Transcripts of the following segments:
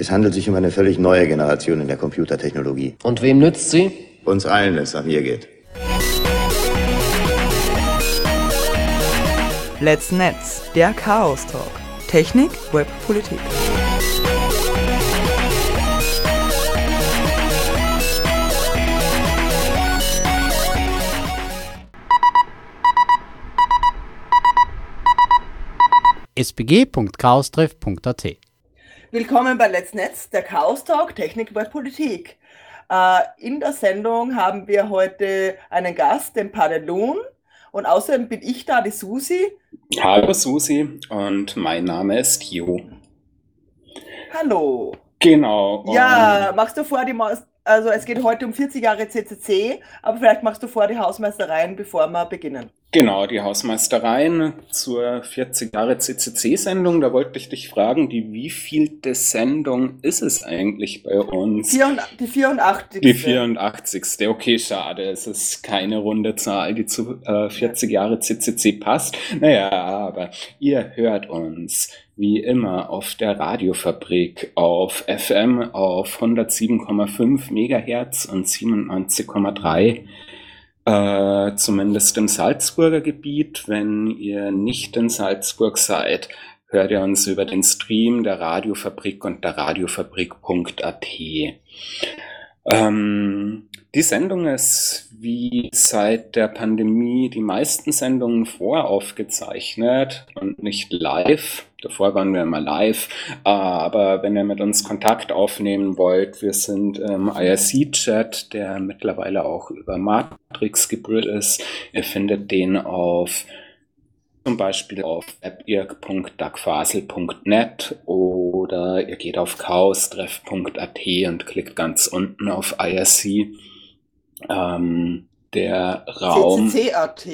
Es handelt sich um eine völlig neue Generation in der Computertechnologie. Und wem nützt sie? Uns allen, wenn es nach mir geht. Let's Netz, der Chaos Talk. Technik, Web, Politik. sbg.chaostreff.at. Willkommen bei Let's Netz, der Chaos Talk, Technik, Web, Politik. In der Sendung haben wir heute einen Gast, den Padelun, und außerdem bin ich da, die Susi. Hallo Susi, und mein Name ist Jo. Hallo. Genau. Ja, machst du vor also es geht heute um 40 Jahre CCC, aber vielleicht machst du vor die Hausmeistereien, bevor wir beginnen. Genau, die Hausmeistereien zur 40 Jahre CCC-Sendung. Da wollte ich dich fragen, die wievielte Sendung ist es eigentlich bei uns? Die 84. Die 84. Okay, schade. Es ist keine runde Zahl, die zu 40 Jahre CCC passt. Naja, aber ihr hört uns wie immer auf der Radiofabrik, auf FM, auf 107,5 Megahertz und 97,3. Zumindest im Salzburger Gebiet. Wenn ihr nicht in Salzburg seid, hört ihr uns über den Stream der Radiofabrik und der radiofabrik.at. Die Sendung ist wie seit der Pandemie die meisten Sendungen voraufgezeichnet und nicht live. Davor waren wir immer live, aber wenn ihr mit uns Kontakt aufnehmen wollt, wir sind im IRC-Chat, der mittlerweile auch über Matrix gebrüllt ist. Ihr findet den zum Beispiel auf appirk.dagfasel.net oder ihr geht auf chaostreff.at und klickt ganz unten auf IRC. Der Raum... CCC.at.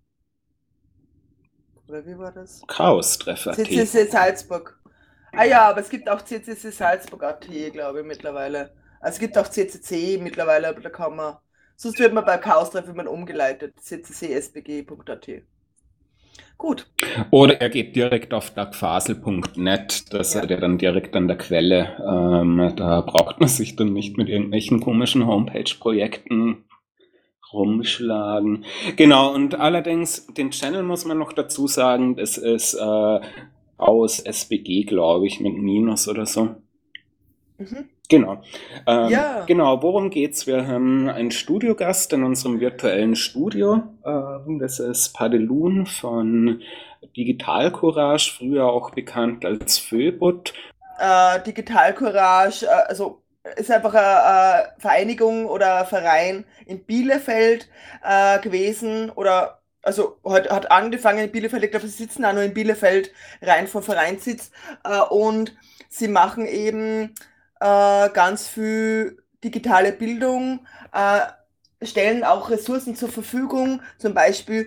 Oder wie war das? Chaostreff.at. CCC Salzburg. Ah ja, aber es gibt auch CCC Salzburg.at, glaube ich, mittlerweile. Also es gibt auch CCC mittlerweile, aber da kann man... Sonst wird man bei Chaostreff immer umgeleitet. cccSBG.at. Gut. Oder er geht direkt auf dagfasel.net, das seid ihr dann direkt an der Quelle. Da braucht man sich dann nicht mit irgendwelchen komischen Homepage-Projekten rumschlagen. Genau, und allerdings, den Channel muss man noch dazu sagen, das ist aus SBG, glaube ich, mit Minus oder so. Mhm. Genau. Ja. Genau, worum geht's? Wir haben einen Studiogast in unserem virtuellen Studio. Das ist Padelun von Digital Courage, früher auch bekannt als Föbut. Digital Courage, also ist einfach eine Vereinigung oder ein Verein in Bielefeld gewesen oder also hat angefangen in Bielefeld, ich glaube, sie sitzen auch nur in Bielefeld, rein vom Vereinssitz und sie machen eben ganz viel digitale Bildung, stellen auch Ressourcen zur Verfügung, zum Beispiel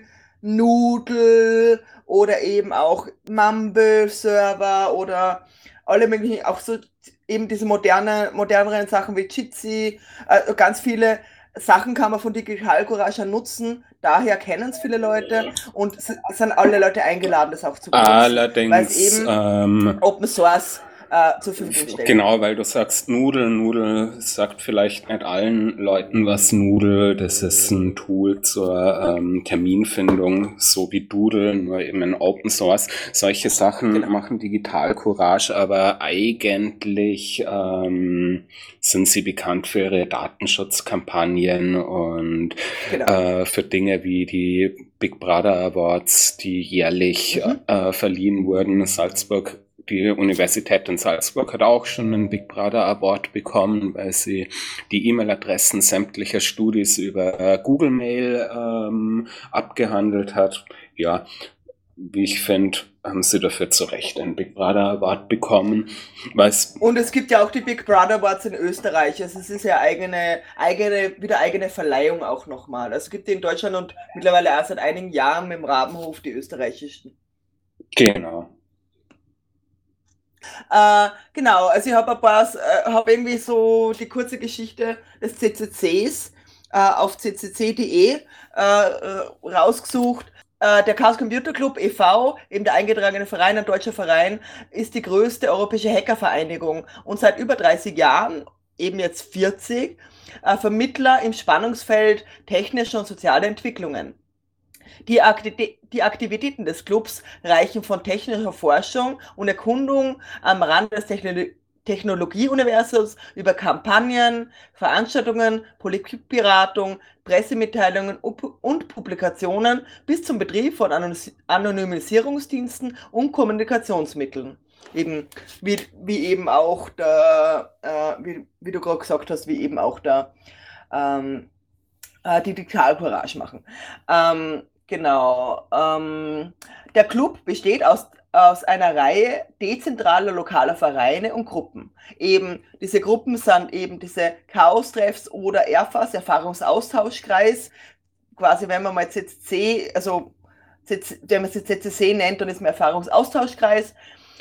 Noodle oder eben auch Mumble-Server oder alle möglichen, auch so eben diese moderneren Sachen wie Jitsi, ganz viele Sachen kann man von Digital Courage nutzen, daher kennen es viele Leute und es sind alle Leute eingeladen, das auch zu benutzen. Allerdings, weil es eben Open Source zur Verfügung stellt. Genau, weil du sagst Noodle. Noodle sagt vielleicht nicht allen Leuten was. Noodle, das ist ein Tool zur Terminfindung, so wie Doodle, nur eben in Open Source. Solche Sachen machen Digital Courage, aber eigentlich sind sie bekannt für ihre Datenschutzkampagnen und für Dinge wie die Big Brother Awards, die jährlich verliehen wurden. Die Universität in Salzburg hat auch schon einen Big Brother Award bekommen, weil sie die E-Mail-Adressen sämtlicher Studis über Google Mail abgehandelt hat. Ja, wie ich finde, haben sie dafür zu Recht einen Big Brother Award bekommen. Und es gibt ja auch die Big Brother Awards in Österreich. Also es ist ja wieder eigene Verleihung auch nochmal. Also es gibt die in Deutschland und mittlerweile auch seit einigen Jahren mit dem Rabenhof die österreichischen. Genau. Genau, also ich habe irgendwie so die kurze Geschichte des CCCs auf ccc.de rausgesucht. der Chaos Computer Club e.V., eben der eingetragene Verein, ein deutscher Verein, ist die größte europäische Hackervereinigung und seit über 30 Jahren, eben jetzt 40, Vermittler im Spannungsfeld technischer und sozialer Entwicklungen. Die Aktivitäten des Clubs reichen von technischer Forschung und Erkundung am Rand des Technologieuniversums über Kampagnen, Veranstaltungen, Politikberatung, Pressemitteilungen und Publikationen bis zum Betrieb von Anonymisierungsdiensten und Kommunikationsmitteln. Eben, wie eben auch wie du gerade gesagt hast, wie eben auch die Digitalcourage machen. Genau. Der Club besteht aus einer Reihe dezentraler lokaler Vereine und Gruppen. Eben diese Gruppen sind eben diese Chaos-Treffs oder ERFAs, Erfahrungsaustauschkreis. Quasi, wenn man mal CCC, also wenn man es CCC nennt, dann ist man Erfahrungsaustauschkreis.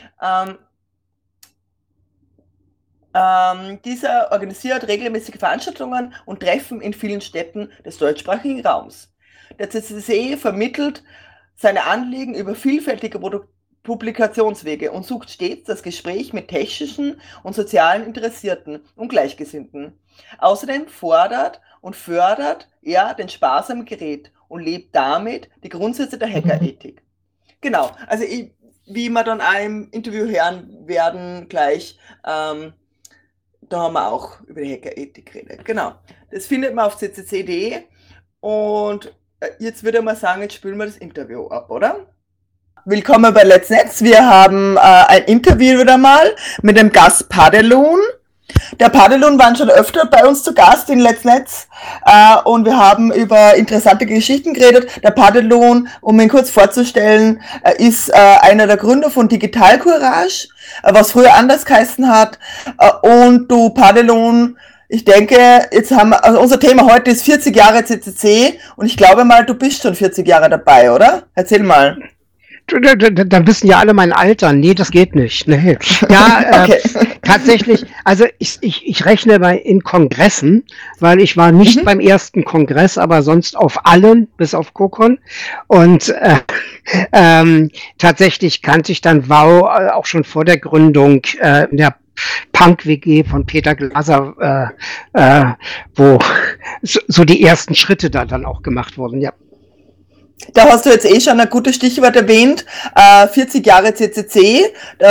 Dieser organisiert regelmäßige Veranstaltungen und Treffen in vielen Städten des deutschsprachigen Raums. Der CCC vermittelt seine Anliegen über vielfältige Publikationswege und sucht stets das Gespräch mit technischen und sozialen Interessierten und Gleichgesinnten. Außerdem fordert und fördert er den Spaß am Gerät und lebt damit die Grundsätze der Hackerethik. Genau, also wie wir dann auch im Interview hören werden gleich, da haben wir auch über die Hackerethik geredet. Genau, das findet man auf ccc.de und jetzt würde ich mal sagen, jetzt spielen wir das Interview ab, oder? Willkommen bei Let's Netz. Wir haben ein Interview wieder mal mit dem Gast Padelun. Der Padelun war schon öfter bei uns zu Gast in Let's Netz und wir haben über interessante Geschichten geredet. Der Padelun, um ihn kurz vorzustellen, ist einer der Gründer von Digital Courage, was früher anders geheißen hat. Und du, Padelun, ich denke, also unser Thema heute ist 40 Jahre CCC und ich glaube mal, du bist schon 40 Jahre dabei, oder? Erzähl mal. Dann wissen ja alle mein Alter. Nee, das geht nicht. Nee. Ja, okay. Tatsächlich, also ich rechne in Kongressen, weil ich war nicht beim ersten Kongress, aber sonst auf allen, bis auf KuCon. Und tatsächlich kannte ich dann WoW auch schon vor der Gründung der Punk-WG von Peter Glaser, wo so die ersten Schritte da dann auch gemacht wurden, ja. Da hast du jetzt schon ein gutes Stichwort erwähnt, 40 Jahre CCC,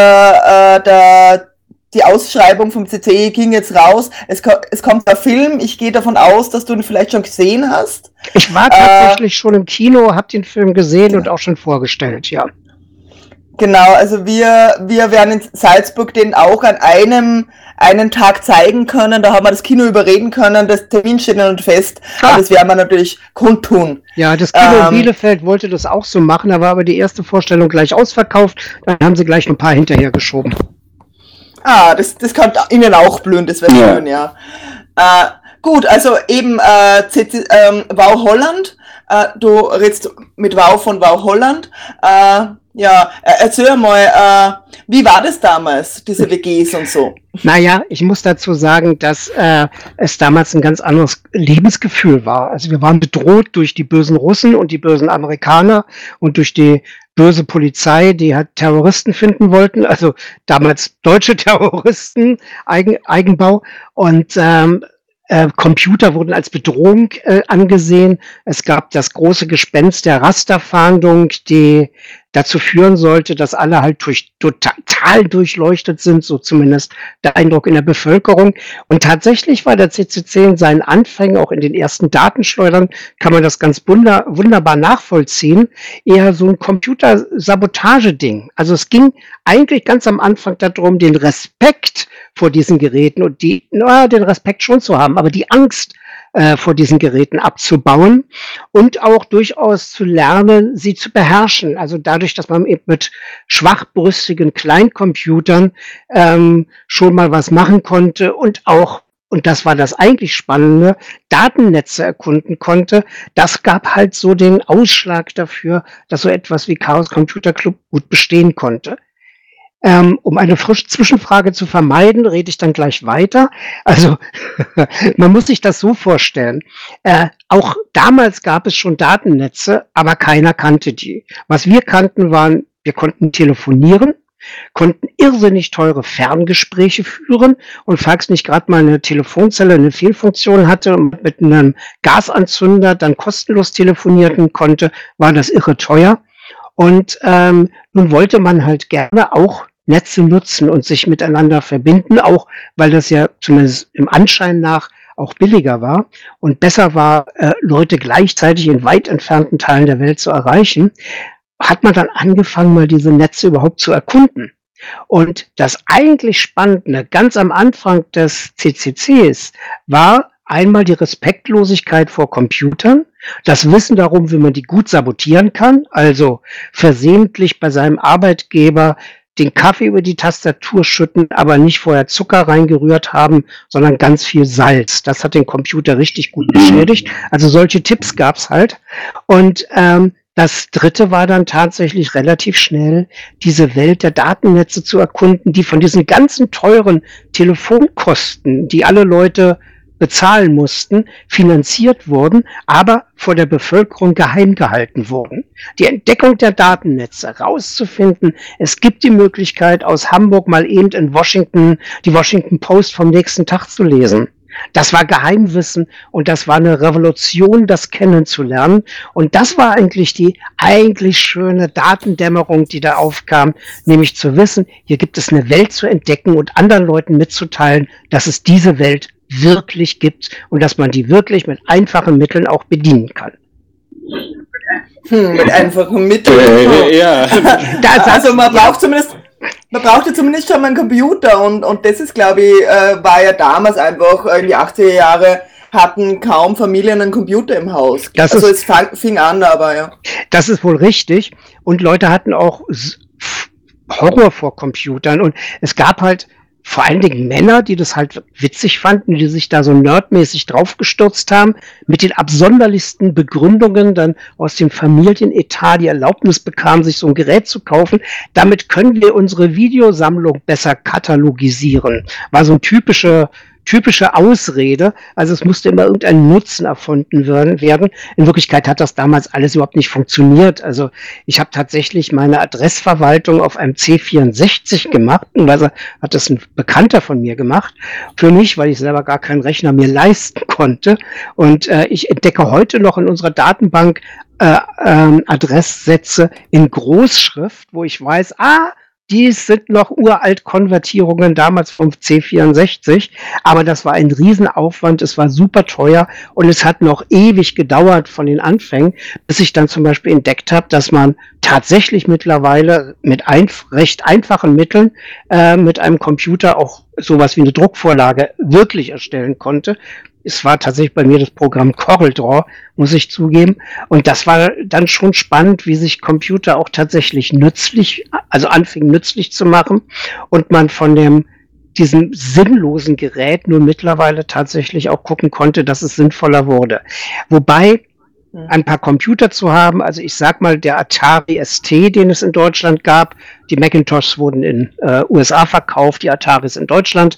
die Ausschreibung vom CCC ging jetzt raus, es kommt der Film, ich gehe davon aus, dass du ihn vielleicht schon gesehen hast. Ich war tatsächlich schon im Kino, habe den Film gesehen und auch schon vorgestellt, ja. Genau, also wir werden in Salzburg den auch an einen Tag zeigen können, da haben wir das Kino überreden können, das Termin steht noch nicht fest, aber das werden wir natürlich kundtun. Ja, das Kino in Bielefeld wollte das auch so machen, da war aber die erste Vorstellung gleich ausverkauft, dann haben sie gleich noch ein paar hinterher geschoben. Das kann Ihnen auch blühen, das wäre schön, ja. Gut, also eben WoW Holland, du redest mit WoW von WoW Holland, ja, erzähl mal, wie war das damals, diese WGs und so? Naja, ich muss dazu sagen, dass es damals ein ganz anderes Lebensgefühl war. Also wir waren bedroht durch die bösen Russen und die bösen Amerikaner und durch die böse Polizei, die halt Terroristen finden wollten, also damals deutsche Terroristen, Eigenbau und Computer wurden als Bedrohung angesehen. Es gab das große Gespenst der Rasterfahndung, die dazu führen sollte, dass alle halt total durchleuchtet sind, so zumindest der Eindruck in der Bevölkerung. Und tatsächlich war der CCC in seinen Anfängen, auch in den ersten Datenschleudern, kann man das ganz wunderbar nachvollziehen, eher so ein Computersabotage-Ding. Also es ging eigentlich ganz am Anfang darum, den Respekt vor diesen Geräten und den Respekt schon zu haben, aber die Angst vor diesen Geräten abzubauen und auch durchaus zu lernen, sie zu beherrschen. Also dadurch, dass man eben mit schwachbrüstigen Kleincomputern schon mal was machen konnte und auch, und das war das eigentlich Spannende, Datennetze erkunden konnte, das gab halt so den Ausschlag dafür, dass so etwas wie Chaos Computer Club gut bestehen konnte. Um eine Zwischenfrage zu vermeiden, rede ich dann gleich weiter. Also man muss sich das so vorstellen. Auch damals gab es schon Datennetze, aber keiner kannte die. Was wir kannten waren, wir konnten telefonieren, konnten irrsinnig teure Ferngespräche führen, und falls nicht gerade mal eine Telefonzelle eine Fehlfunktion hatte und mit einem Gasanzünder dann kostenlos telefonieren konnte, war das irre teuer. Und nun wollte man halt gerne auch Netze nutzen und sich miteinander verbinden, auch weil das ja zumindest im Anschein nach auch billiger war und besser war, Leute gleichzeitig in weit entfernten Teilen der Welt zu erreichen, hat man dann angefangen, mal diese Netze überhaupt zu erkunden. Und das eigentlich Spannende ganz am Anfang des CCCs war einmal die Respektlosigkeit vor Computern, das Wissen darum, wie man die gut sabotieren kann, also versehentlich bei seinem Arbeitgeber den Kaffee über die Tastatur schütten, aber nicht vorher Zucker reingerührt haben, sondern ganz viel Salz. Das hat den Computer richtig gut beschädigt. Also solche Tipps gab's halt. Und das dritte war dann tatsächlich relativ schnell, diese Welt der Datennetze zu erkunden, die von diesen ganzen teuren Telefonkosten, die alle Leute bezahlen mussten, finanziert wurden, aber vor der Bevölkerung geheim gehalten wurden. Die Entdeckung der Datennetze, herauszufinden, es gibt die Möglichkeit, aus Hamburg mal eben in Washington die Washington Post vom nächsten Tag zu lesen. Das war Geheimwissen und das war eine Revolution, das kennenzulernen. Und das war eigentlich die eigentlich schöne Datendämmerung, die da aufkam, nämlich zu wissen, hier gibt es eine Welt zu entdecken und anderen Leuten mitzuteilen, dass es diese Welt wirklich gibt und dass man die wirklich mit einfachen Mitteln auch bedienen kann. Mit einfachen Mitteln. Ja. Also man braucht ja zumindest schon mal einen Computer und das ist, glaube ich, war ja damals einfach in die 80er Jahre hatten kaum Familien einen Computer im Haus. Es fing an, aber ja. Das ist wohl richtig. Und Leute hatten auch Horror vor Computern und es gab halt vor allen Dingen Männer, die das halt witzig fanden, die sich da so nerdmäßig draufgestürzt haben, mit den absonderlichsten Begründungen dann aus dem Familienetat die Erlaubnis bekamen, sich so ein Gerät zu kaufen. Damit können wir unsere Videosammlung besser katalogisieren. War so ein typische Ausrede. Also es musste immer irgendein Nutzen erfunden werden. In Wirklichkeit hat das damals alles überhaupt nicht funktioniert. Also ich habe tatsächlich meine Adressverwaltung auf einem C64 gemacht, und also hat das ein Bekannter von mir gemacht, für mich, weil ich selber gar keinen Rechner mir leisten konnte. Und ich entdecke heute noch in unserer Datenbank Adresssätze in Großschrift, wo ich weiß, die sind noch uralt Konvertierungen damals vom C64, aber das war ein Riesenaufwand, es war super teuer und es hat noch ewig gedauert von den Anfängen, bis ich dann zum Beispiel entdeckt habe, dass man tatsächlich mittlerweile mit recht einfachen Mitteln mit einem Computer auch sowas wie eine Druckvorlage wirklich erstellen konnte. Es war tatsächlich bei mir das Programm CorelDRAW, muss ich zugeben. Und das war dann schon spannend, wie sich Computer auch tatsächlich anfingen nützlich zu machen. Und man von diesem sinnlosen Gerät nun mittlerweile tatsächlich auch gucken konnte, dass es sinnvoller wurde. Wobei ein paar Computer zu haben, also ich sag mal, der Atari ST, den es in Deutschland gab, die Macintoshs wurden in USA verkauft, die Ataris in Deutschland,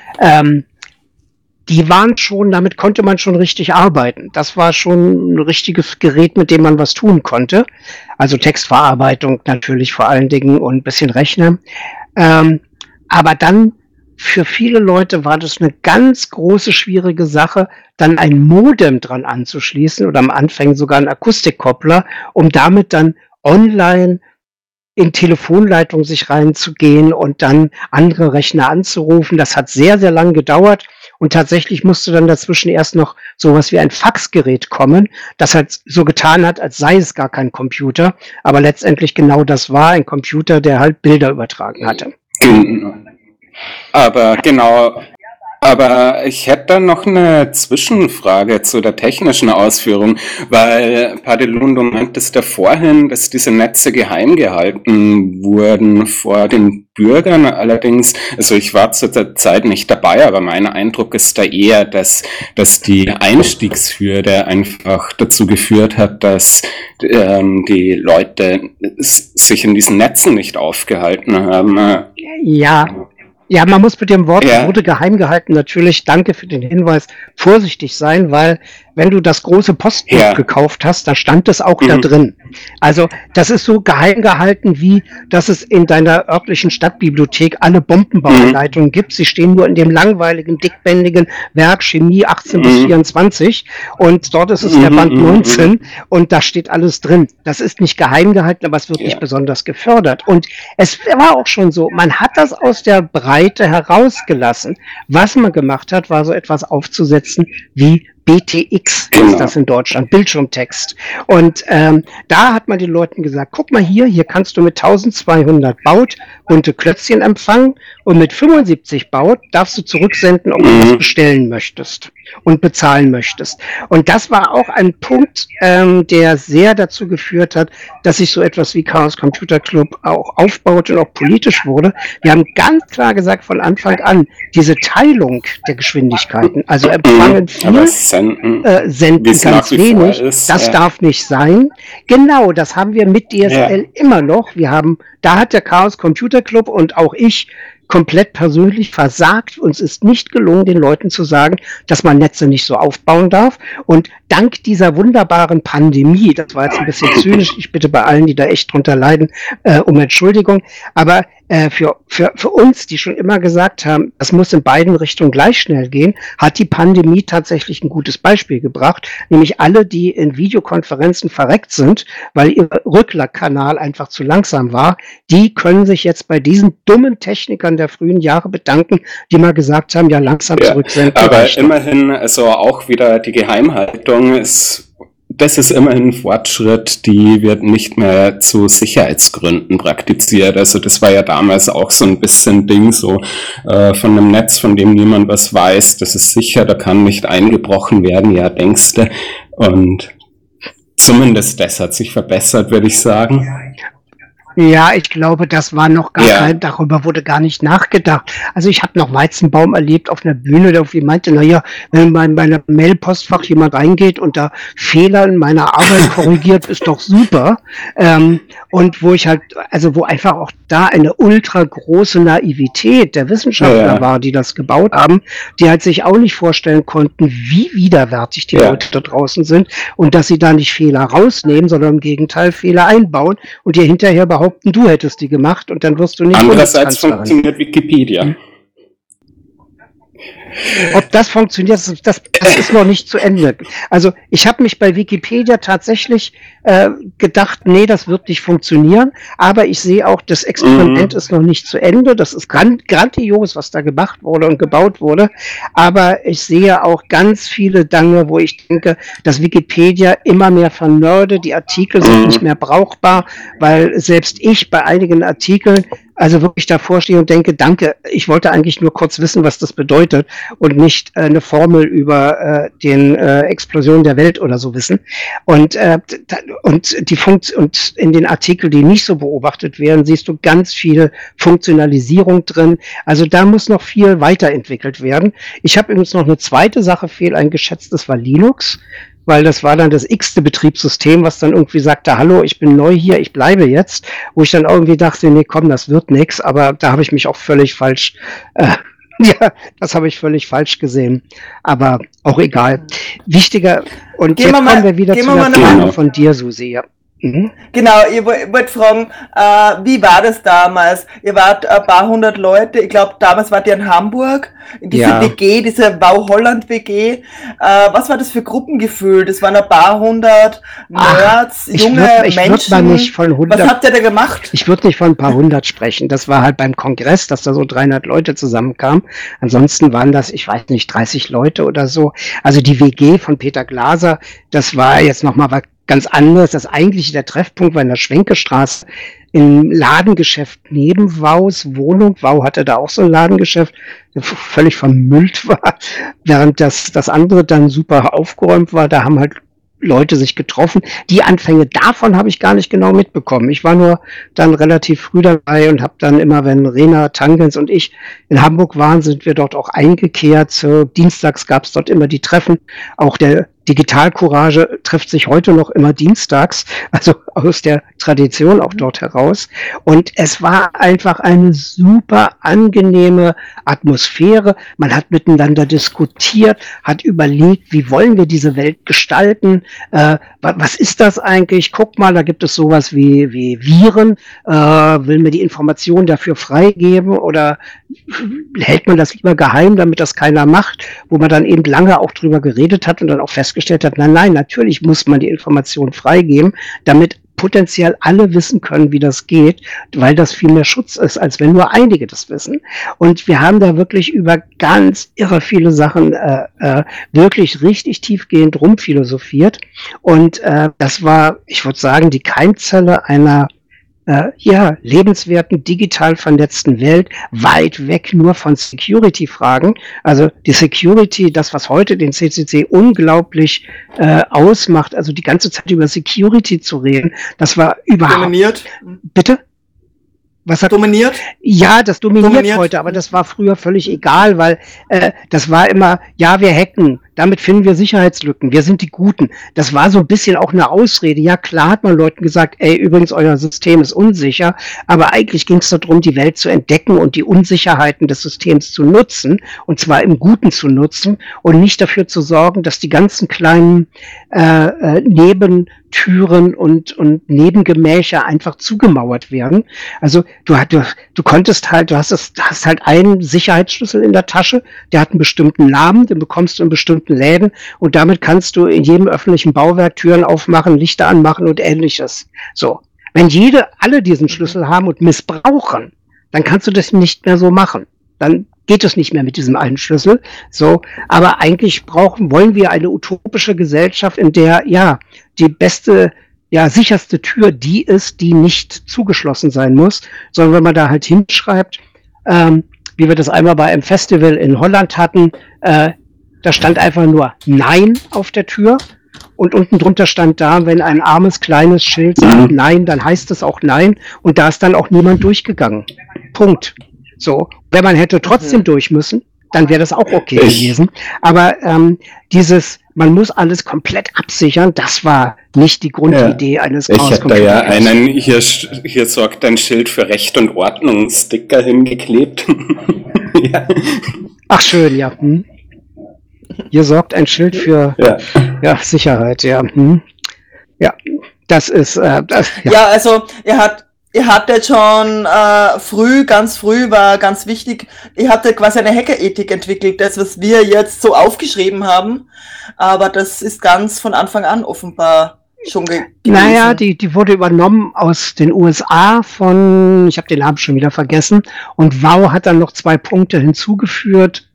die waren schon, damit konnte man schon richtig arbeiten. Das war schon ein richtiges Gerät, mit dem man was tun konnte. Also Textverarbeitung natürlich vor allen Dingen und ein bisschen Rechnen. Aber dann für viele Leute war das eine ganz große, schwierige Sache, dann ein Modem dran anzuschließen oder am Anfang sogar einen Akustikkoppler, um damit dann online in Telefonleitung sich reinzugehen und dann andere Rechner anzurufen. Das hat sehr, sehr lang gedauert. Und tatsächlich musste dann dazwischen erst noch sowas wie ein Faxgerät kommen, das halt so getan hat, als sei es gar kein Computer, aber letztendlich genau das war, ein Computer, der halt Bilder übertragen hatte. Aber genau, Aber ich hätte da noch eine Zwischenfrage zu der technischen Ausführung, weil Padelun, du meintest ja vorhin, dass diese Netze geheim gehalten wurden vor den Bürgern. Allerdings, also ich war zu der Zeit nicht dabei, aber mein Eindruck ist da eher, dass die Einstiegshürde einfach dazu geführt hat, dass die Leute sich in diesen Netzen nicht aufgehalten haben. Ja, man muss mit dem Wort, Ja. wurde geheim gehalten, natürlich, danke für den Hinweis, vorsichtig sein, weil wenn du das große Postbuch Ja. gekauft hast, da stand es auch da Mhm. drin. Also das ist so geheim gehalten, wie dass es in deiner örtlichen Stadtbibliothek alle Bombenbauanleitungen gibt. Sie stehen nur in dem langweiligen, dickbändigen Werk Chemie 18 bis 24 und dort ist es der Band 19 und da steht alles drin. Das ist nicht geheim gehalten, aber es wird nicht besonders gefördert. Und es war auch schon so, man hat das aus der Breite herausgelassen. Was man gemacht hat, war so etwas aufzusetzen wie BTX ist das in Deutschland, Bildschirmtext. Und da hat man den Leuten gesagt, guck mal hier kannst du mit 1200 Baud bunte Klötzchen empfangen und mit 75 Baud darfst du zurücksenden, ob du was bestellen möchtest und bezahlen möchtest. Und das war auch ein Punkt, der sehr dazu geführt hat, dass sich so etwas wie Chaos Computer Club auch aufbaute und auch politisch wurde. Wir haben ganz klar gesagt von Anfang an, diese Teilung der Geschwindigkeiten, also empfangen viel, senden wie's ganz nach wie vor wenig, ist, das darf nicht sein. Genau, das haben wir mit DSL immer noch. Da hat der Chaos Computer Club und auch ich komplett persönlich versagt. Uns ist nicht gelungen, den Leuten zu sagen, dass man Netze nicht so aufbauen darf. Und dank dieser wunderbaren Pandemie, das war jetzt ein bisschen zynisch, ich bitte bei allen, die da echt drunter leiden, um Entschuldigung, aber für uns, die schon immer gesagt haben, das muss in beiden Richtungen gleich schnell gehen, hat die Pandemie tatsächlich ein gutes Beispiel gebracht, nämlich alle, die in Videokonferenzen verreckt sind, weil ihr Rücklaufkanal einfach zu langsam war, die können sich jetzt bei diesen dummen Technikern der frühen Jahre bedanken, die mal gesagt haben, ja, langsam zurücksenden. Aber immerhin, also auch wieder die Geheimhaltung das ist immerhin ein Fortschritt, die wird nicht mehr zu Sicherheitsgründen praktiziert. Also das war ja damals auch so ein bisschen Ding, so von einem Netz, von dem niemand was weiß, das ist sicher, da kann nicht eingebrochen werden, ja, denkste. Und zumindest das hat sich verbessert, würde ich sagen. Ja, ich glaube, das war noch gar kein, darüber wurde gar nicht nachgedacht. Also ich habe noch Weizenbaum erlebt auf einer Bühne, der irgendwie meinte, naja, wenn bei meinem Mailpostfach jemand reingeht und da Fehler in meiner Arbeit korrigiert, ist doch super. Und wo ich halt, also wo einfach auch da eine ultra große Naivität der Wissenschaftler war, die das gebaut haben, die halt sich auch nicht vorstellen konnten, wie widerwärtig die Leute da draußen sind und dass sie da nicht Fehler rausnehmen, sondern im Gegenteil Fehler einbauen und dir hinterher behaupten, du hättest die gemacht und dann wirst du nicht. Andererseits funktioniert Wikipedia. Ob das funktioniert, das ist noch nicht zu Ende. Also ich habe mich bei Wikipedia tatsächlich gedacht, nee, das wird nicht funktionieren, aber ich sehe auch, das Experiment ist noch nicht zu Ende, das ist grandios, was da gemacht wurde und gebaut wurde, aber ich sehe auch ganz viele Dinge, wo ich denke, dass Wikipedia immer mehr vernördet, die Artikel sind nicht mehr brauchbar, weil selbst ich bei einigen Artikeln also wirklich davor stehe und denke, danke, ich wollte eigentlich nur kurz wissen, was das bedeutet und nicht eine Formel über den Explosion der Welt oder so wissen. Und in den Artikeln, die nicht so beobachtet werden, siehst du ganz viel Funktionalisierung drin. Also da muss noch viel weiterentwickelt werden. Ich habe übrigens noch eine zweite Sache fehleingeschätzt, das war Linux. Weil das war dann das x-te Betriebssystem, was dann irgendwie sagte, hallo, ich bin neu hier, ich bleibe jetzt. Wo ich dann irgendwie dachte, nee, komm, das wird nix. Aber da habe ich mich auch völlig falsch, das habe ich völlig falsch gesehen. Aber auch egal. Wichtiger, und jetzt kommen wir wieder zu der Frage von dir, Susi. Ja. Genau, ich wollte fragen, wie war das damals? Ihr wart ein paar hundert Leute, ich glaube, damals wart ihr in Hamburg, in diese WG, diese Bau-Holland-WG. Was war das für Gruppengefühl? Das waren ein paar hundert Nerds, junge Menschen. Was habt ihr da gemacht? Ich würde nicht von ein paar hundert sprechen. Das war halt beim Kongress, dass da so 300 Leute zusammenkamen. Ansonsten waren das, ich weiß nicht, 30 Leute oder so. Also die WG von Peter Glaser, das war jetzt nochmal ganz anders. Das eigentliche, der Treffpunkt war in der Schwenkestraße im Ladengeschäft neben Waus Wohnung. Wau hatte da auch so ein Ladengeschäft, der völlig vermüllt war, während das andere dann super aufgeräumt war. Da haben halt Leute sich getroffen. Die Anfänge davon habe ich gar nicht genau mitbekommen. Ich war nur dann relativ früh dabei und habe dann immer, wenn Rena Tangens und ich in Hamburg waren, sind wir dort auch eingekehrt. So, dienstags gab es dort immer die Treffen. Auch der Digital Courage trifft sich heute noch immer dienstags, also aus der Tradition auch dort heraus. Und es war einfach eine super angenehme Atmosphäre. Man hat miteinander diskutiert, hat überlegt, wie wollen wir diese Welt gestalten? Was ist das eigentlich? Guck mal, da gibt es sowas wie Viren. Will man die Informationen dafür freigeben oder hält man das lieber geheim, damit das keiner macht? Wo man dann eben lange auch drüber geredet hat und dann auch festgestellt hat, nein, natürlich muss man die Informationen freigeben, damit potenziell alle wissen können, wie das geht, weil das viel mehr Schutz ist, als wenn nur einige das wissen. Und wir haben da wirklich über ganz irre viele Sachen wirklich richtig tiefgehend rumphilosophiert. Und das war, ich würde sagen, die Keimzelle einer lebenswerten, digital vernetzten Welt, weit weg nur von Security-Fragen. Also die Security, das, was heute den CCC unglaublich ausmacht, also die ganze Zeit über Security zu reden, das war überhaupt... Dominiert? Bitte? Was hat Dominiert? Ja, das dominiert heute, aber das war früher völlig egal, weil das war immer, ja, wir hacken, damit finden wir Sicherheitslücken, wir sind die Guten. Das war so ein bisschen auch eine Ausrede. Ja, klar hat man Leuten gesagt, ey, übrigens, euer System ist unsicher, aber eigentlich ging es darum, die Welt zu entdecken und die Unsicherheiten des Systems zu nutzen, und zwar im Guten zu nutzen und nicht dafür zu sorgen, dass die ganzen kleinen Nebentüren und Nebengemächer einfach zugemauert werden. Also du konntest halt, du hast halt einen Sicherheitsschlüssel in der Tasche, der hat einen bestimmten Namen, den bekommst du in bestimmten Läden und damit kannst du in jedem öffentlichen Bauwerk Türen aufmachen, Lichter anmachen und ähnliches. So. Wenn alle diesen Schlüssel haben und missbrauchen, dann kannst du das nicht mehr so machen. Dann geht es nicht mehr mit diesem einen Schlüssel. So, aber eigentlich wollen wir eine utopische Gesellschaft, in der, ja, die beste, ja, sicherste Tür die ist, die nicht zugeschlossen sein muss, sondern wenn man da halt hinschreibt, wie wir das einmal bei einem Festival in Holland hatten, da stand einfach nur Nein auf der Tür und unten drunter stand da, wenn ein armes, kleines Schild sagt Nein, dann heißt es auch Nein und da ist dann auch niemand durchgegangen. Punkt. So, wenn man hätte trotzdem durch müssen, dann wäre das auch okay gewesen. Aber man muss alles komplett absichern, das war nicht die Grundidee eines Chaos Computers. Ich hätte da ja einen, hier sorgt ein Schild für Recht und Ordnung, Sticker hingeklebt. Ja. Ach schön, ja. Hier sorgt ein Schild für Sicherheit, ja. Ja, das ist... Ja, also ihr hattet schon ganz früh, war ganz wichtig, ihr hattet quasi eine Hackerethik entwickelt, das, was wir jetzt so aufgeschrieben haben, aber das ist ganz von Anfang an offenbar schon gewesen. Naja, die wurde übernommen aus den USA ich habe den Namen schon wieder vergessen, und Wau hat dann noch 2 Punkte hinzugefügt,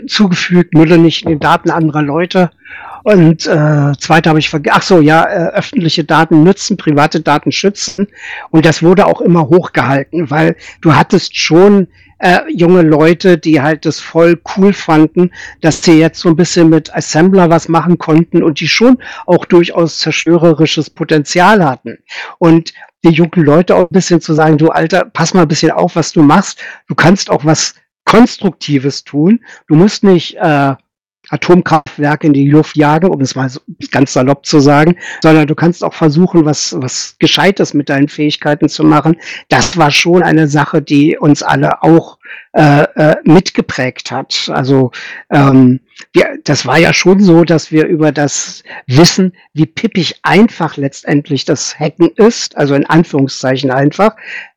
Mülle nicht in den Daten anderer Leute. Und zweite habe ich vergessen, öffentliche Daten nützen, private Daten schützen. Und das wurde auch immer hochgehalten, weil du hattest schon junge Leute, die halt das voll cool fanden, dass sie jetzt so ein bisschen mit Assembler was machen konnten und die schon auch durchaus zerstörerisches Potenzial hatten. Und die jungen Leute auch ein bisschen zu sagen, du Alter, pass mal ein bisschen auf, was du machst. Du kannst auch was Konstruktives tun. Du musst nicht Atomkraftwerke in die Luft jagen, um es mal so ganz salopp zu sagen, sondern du kannst auch versuchen, was Gescheites mit deinen Fähigkeiten zu machen. Das war schon eine Sache, die uns alle auch mitgeprägt hat. Also das war ja schon so, dass wir über das Wissen, wie pippig einfach letztendlich das Hacken ist, also in Anführungszeichen einfach,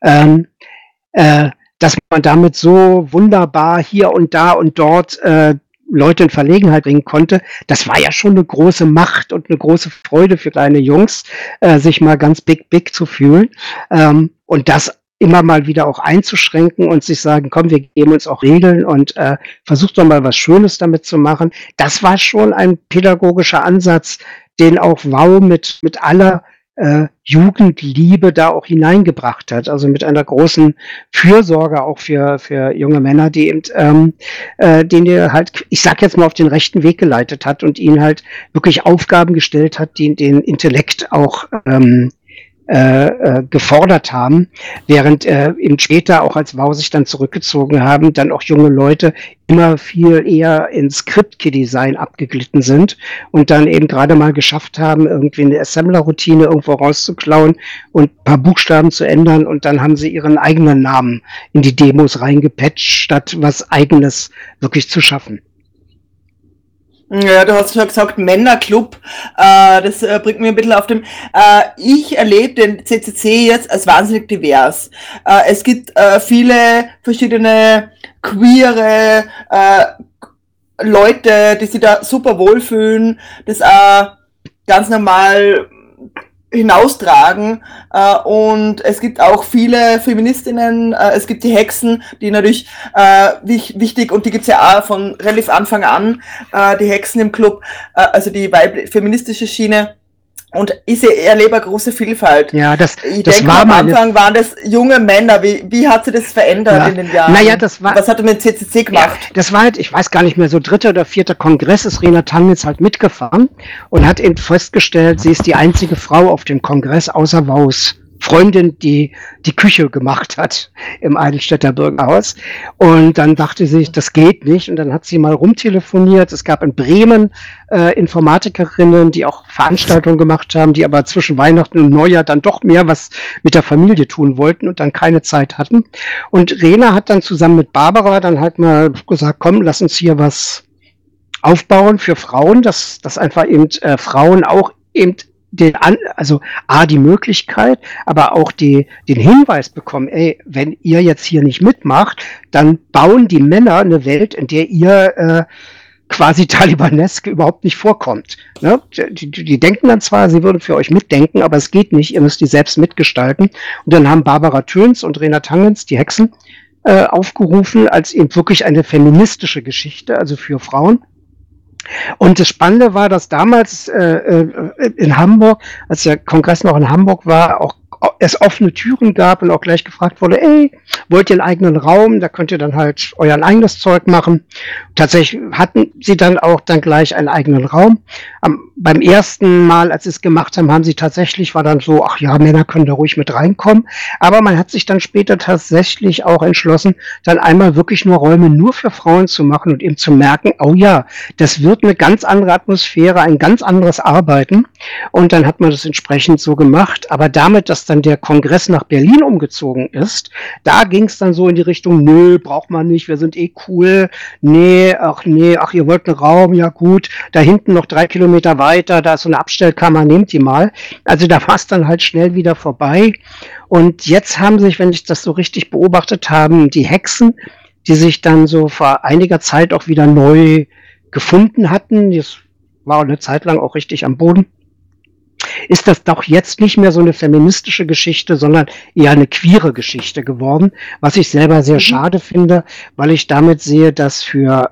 dass man damit so wunderbar hier und da und dort Leute in Verlegenheit bringen konnte, das war ja schon eine große Macht und eine große Freude für kleine Jungs, sich mal ganz big zu fühlen. Und das immer mal wieder auch einzuschränken und sich sagen, komm, wir geben uns auch Regeln und versucht doch mal was Schönes damit zu machen. Das war schon ein pädagogischer Ansatz, den auch WoW mit aller Jugendliebe da auch hineingebracht hat. Also mit einer großen Fürsorge auch für junge Männer, die eben, den er halt, ich sag jetzt mal, auf den rechten Weg geleitet hat und ihnen halt wirklich Aufgaben gestellt hat, die den Intellekt auch gefordert haben, während eben später auch als WoW sich dann zurückgezogen haben, dann auch junge Leute immer viel eher ins Script-Design abgeglitten sind und dann eben gerade mal geschafft haben, irgendwie eine Assembler-Routine irgendwo rauszuklauen und ein paar Buchstaben zu ändern und dann haben sie ihren eigenen Namen in die Demos reingepatcht, statt was Eigenes wirklich zu schaffen. Ja, du hast schon gesagt, Männerclub, das bringt mir ein bisschen auf dem, ich erlebe den CCC jetzt als wahnsinnig divers. Es gibt viele verschiedene queere Leute, die sich da super wohlfühlen, das ganz normal hinaustragen, und es gibt auch viele Feministinnen, es gibt die Hexen, die natürlich wichtig, und die gibt's ja auch von relativ Anfang an, die Hexen im Club, also die feministische Schiene, und ich erlebe eine große Vielfalt. Ja, das denke, war am mal Anfang waren das junge Männer. Wie hat sich das verändert in den Jahren? Naja, was hat er mit CCC gemacht? Ja, das war halt, ich weiß gar nicht mehr, so 3. oder 4. Kongress ist Rena Tangnitz halt mitgefahren und hat eben festgestellt, sie ist die einzige Frau auf dem Kongress außer WoWs Freundin, die Küche gemacht hat im Eidelstädter Bürgerhaus. Und dann dachte sie, das geht nicht. Und dann hat sie mal rumtelefoniert. Es gab in Bremen Informatikerinnen, die auch Veranstaltungen gemacht haben, die aber zwischen Weihnachten und Neujahr dann doch mehr was mit der Familie tun wollten und dann keine Zeit hatten. Und Rena hat dann zusammen mit Barbara dann halt mal gesagt, komm, lass uns hier was aufbauen für Frauen, dass einfach eben Frauen auch eben die Möglichkeit, aber auch den Hinweis bekommen, ey, wenn ihr jetzt hier nicht mitmacht, dann bauen die Männer eine Welt, in der ihr quasi Talibaneske überhaupt nicht vorkommt. Ne? Die denken dann zwar, sie würden für euch mitdenken, aber es geht nicht, ihr müsst die selbst mitgestalten. Und dann haben Barbara Töns und Rena Tangnitz, die Hexen, aufgerufen, als eben wirklich eine feministische Geschichte, also für Frauen. Und das Spannende war, dass damals in Hamburg, als der Kongress noch in Hamburg war, auch es offene Türen gab und auch gleich gefragt wurde, ey, wollt ihr einen eigenen Raum? Da könnt ihr dann halt euer eigenes Zeug machen. Tatsächlich hatten sie dann auch dann gleich einen eigenen Raum. Beim ersten Mal, als sie es gemacht haben, war dann so, ach ja, Männer können da ruhig mit reinkommen. Aber man hat sich dann später tatsächlich auch entschlossen, dann einmal wirklich nur Räume nur für Frauen zu machen und eben zu merken, oh ja, das wird eine ganz andere Atmosphäre, ein ganz anderes Arbeiten. Und dann hat man das entsprechend so gemacht. Aber damit, dass dann der Kongress nach Berlin umgezogen ist, da ging es dann so in die Richtung, nö, braucht man nicht, wir sind eh cool, ach, ihr wollt einen Raum, ja gut, da hinten noch 3 Kilometer weiter, da ist so eine Abstellkammer, nehmt die mal. Also da war es dann halt schnell wieder vorbei. Und jetzt haben sich, wenn ich das so richtig beobachtet habe, die Hexen, die sich dann so vor einiger Zeit auch wieder neu gefunden hatten, das war eine Zeit lang auch richtig am Boden, ist das doch jetzt nicht mehr so eine feministische Geschichte, sondern eher eine queere Geschichte geworden, was ich selber sehr schade finde, weil ich damit sehe, dass für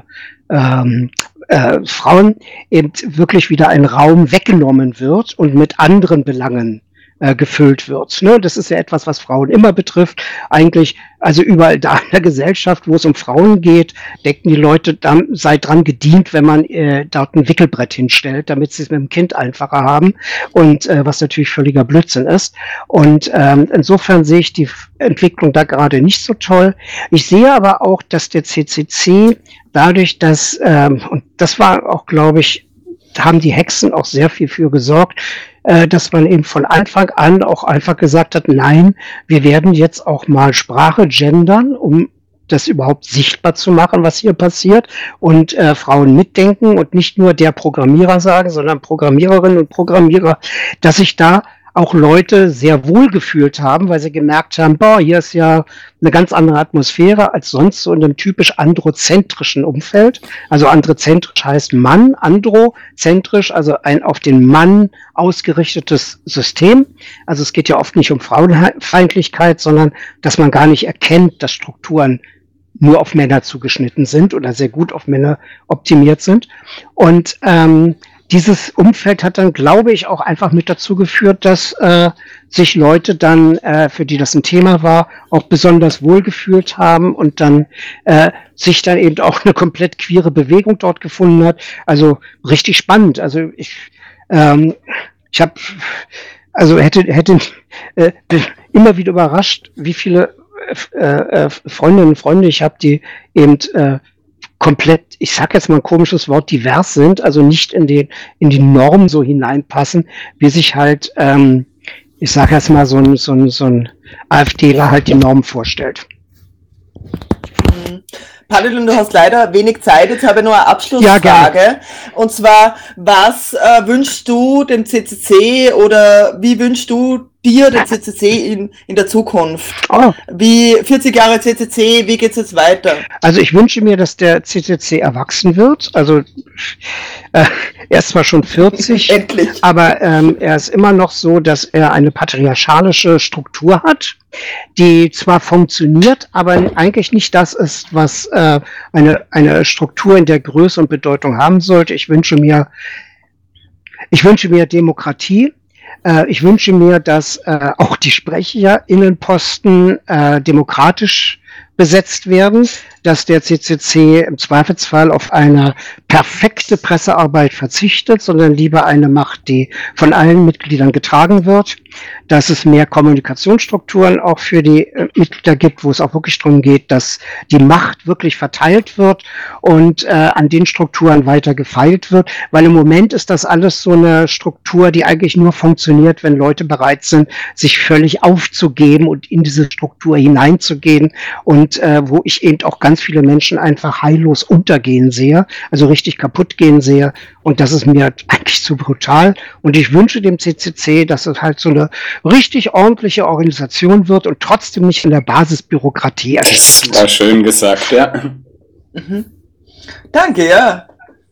Frauen eben wirklich wieder ein Raum weggenommen wird und mit anderen Belangen gefüllt wird. Ne? Das ist ja etwas, was Frauen immer betrifft. Eigentlich, also überall da in der Gesellschaft, wo es um Frauen geht, denken die Leute, sei dran gedient, wenn man dort ein Wickelbrett hinstellt, damit sie es mit dem Kind einfacher haben. Und was natürlich völliger Blödsinn ist. Und insofern sehe ich die Entwicklung da gerade nicht so toll. Ich sehe aber auch, dass der CCC dadurch, dass, und das war auch, glaube ich, haben die Hexen auch sehr viel für gesorgt, dass man eben von Anfang an auch einfach gesagt hat, nein, wir werden jetzt auch mal Sprache gendern, um das überhaupt sichtbar zu machen, was hier passiert, und Frauen mitdenken und nicht nur der Programmierer sagen, sondern Programmiererinnen und Programmierer, dass sich da auch Leute sehr wohl gefühlt haben, weil sie gemerkt haben, boah, hier ist ja eine ganz andere Atmosphäre als sonst so in einem typisch androzentrischen Umfeld. Also androzentrisch heißt Mann, androzentrisch, also ein auf den Mann ausgerichtetes System. Also es geht ja oft nicht um Frauenfeindlichkeit, sondern dass man gar nicht erkennt, dass Strukturen nur auf Männer zugeschnitten sind oder sehr gut auf Männer optimiert sind. Und dieses Umfeld hat dann, glaube ich, auch einfach mit dazu geführt, dass sich Leute dann, für die das ein Thema war, auch besonders wohl gefühlt haben und dann sich dann eben auch eine komplett queere Bewegung dort gefunden hat. Also richtig spannend. Also ich habe hätte immer wieder überrascht, wie viele Freundinnen und Freunde ich habe, die eben komplett, ich sag jetzt mal ein komisches Wort, divers sind, also nicht in die Norm so hineinpassen, wie sich halt, ich sag jetzt mal so ein AfDler halt die Norm vorstellt. Padelun, du hast leider wenig Zeit, jetzt habe ich nur eine Abschlussfrage. Ja, und zwar, was wünschst du dem CCC oder wie wünschst du dir den CCC in der Zukunft? Oh. Wie 40 Jahre CCC, wie geht's jetzt weiter? Also ich wünsche mir, dass der CCC erwachsen wird. Also er ist zwar schon 40, Endlich. aber er ist immer noch so, dass er eine patriarchalische Struktur hat, die zwar funktioniert, aber eigentlich nicht das ist, was eine Struktur in der Größe und Bedeutung haben sollte. Ich wünsche mir Demokratie. Ich wünsche mir, dass auch die SprecherInnenposten demokratisch besetzt werden, dass der CCC im Zweifelsfall auf eine perfekte Pressearbeit verzichtet, sondern lieber eine macht, die von allen Mitgliedern getragen wird, dass es mehr Kommunikationsstrukturen auch für die Mitglieder gibt, wo es auch wirklich darum geht, dass die Macht wirklich verteilt wird und an den Strukturen weiter gefeilt wird, weil im Moment ist das alles so eine Struktur, die eigentlich nur funktioniert, wenn Leute bereit sind, sich völlig aufzugeben und in diese Struktur hineinzugehen und wo ich eben auch ganz viele Menschen einfach heillos untergehen sehe, also richtig kaputt gehen sehe und das ist mir eigentlich zu brutal und ich wünsche dem CCC, dass es halt so eine richtig ordentliche Organisation wird und trotzdem nicht in der Basisbürokratie erstickt. Das war schön gesagt, ja. Mhm. Danke, ja.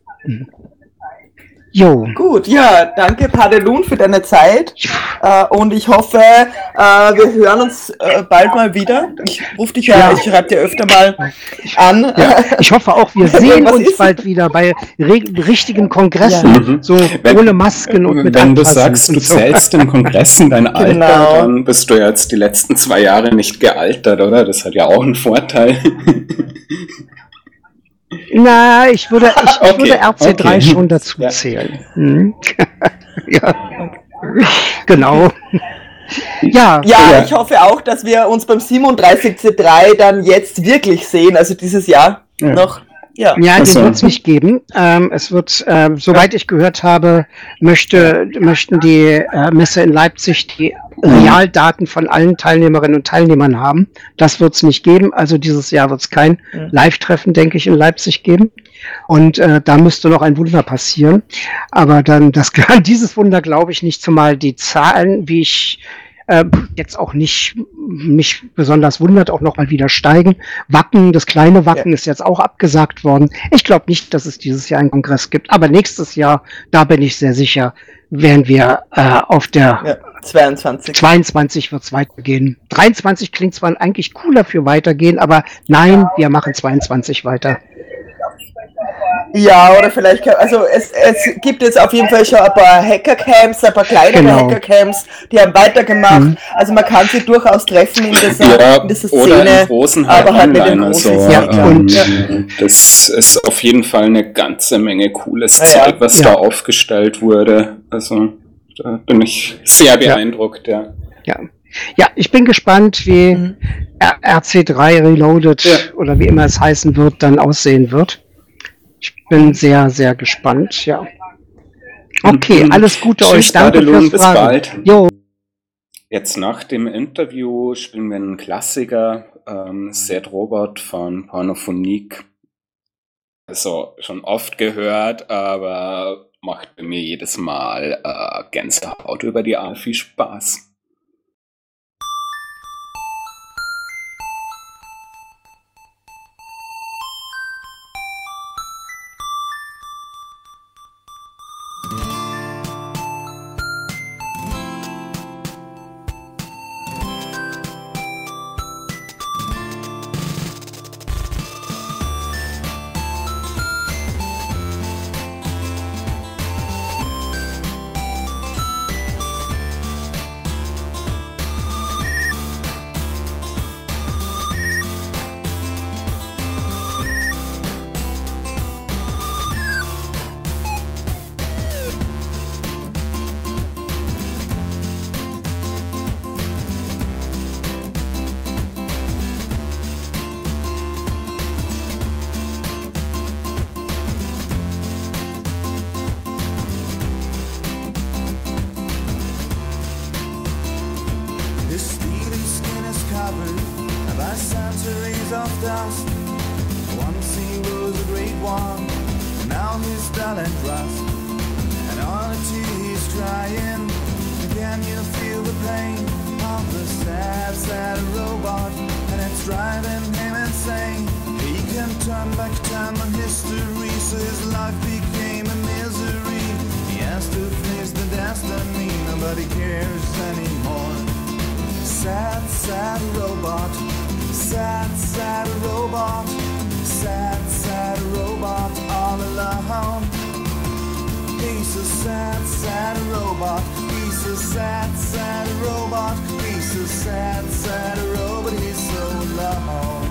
Jo. Gut, ja, danke Padelun für deine Zeit und ich hoffe, wir hören uns bald mal wieder. Ich rufe dich ich schreibe dir öfter mal an. Ja, ich hoffe auch, wir sehen uns bald wieder bei richtigen Kongressen, so ohne Masken und mit Wenn du Anpassen sagst, du und so. zählst den Kongressen dein Alter, Genau. dann bist du jetzt die letzten 2 Jahre nicht gealtert, oder? Das hat ja auch einen Vorteil. Na, ich würde Okay, RC3 okay. schon dazu Ja. zählen. Hm? Ja, genau. Ja, Ja, ich hoffe auch, dass wir uns beim 37C3 dann jetzt wirklich sehen, also dieses Jahr noch. Ja. Ja, den Also. wird es nicht geben. Es wird, soweit ich gehört habe, möchten die Messe in Leipzig die Realdaten von allen Teilnehmerinnen und Teilnehmern haben. Das wird es nicht geben. Also dieses Jahr wird es kein Live-Treffen, denke ich, in Leipzig geben. Und da müsste noch ein Wunder passieren. Aber dann dieses Wunder glaube ich nicht, zumal die Zahlen, wie ich jetzt auch nicht mich besonders wundert, auch noch mal wieder steigen. Wacken, das kleine Wacken ist jetzt auch abgesagt worden. Ich glaube nicht, dass es dieses Jahr einen Kongress gibt, aber nächstes Jahr, da bin ich sehr sicher, werden wir auf der 22 wird es weitergehen. 23 klingt zwar eigentlich cooler für weitergehen, aber nein, wir machen 22 weiter. Ja, oder vielleicht, also es gibt jetzt auf jeden Fall schon ein paar Hackercamps, ein paar kleinere Hackercamps, die haben weitergemacht. Also man kann sie durchaus treffen in dieser Szene, oder im großen aber halt mit dem also, großen das ist auf jeden Fall eine ganze Menge cooles Zeug, was da aufgestellt wurde. Also da bin ich sehr beeindruckt, ja. Ja, ich bin gespannt, wie RC3 Reloaded oder wie immer es heißen wird, dann aussehen wird. Ich bin sehr, sehr gespannt, ja. Okay, alles Gute euch. Danke fürs bis Fragen. bald. Jo. Jetzt nach dem Interview spielen wir einen Klassiker, Sad Robot von Pornophonique. Also schon oft gehört, aber macht mir jedes Mal Gänsehaut über die Art viel Spaß. dust. Once he was a great one, now he's dull and rust. And honestly he's trying. Can you feel the pain of the sad, sad robot? And it's driving him insane. He can turn back time on history, so his life became a misery. He has to face the destiny, nobody cares anymore. Sad, sad robot. Sad, sad robot. Sad, sad robot all alone. He's a sad, sad robot. He's a sad, sad robot. He's a sad, sad robot. He's so alone.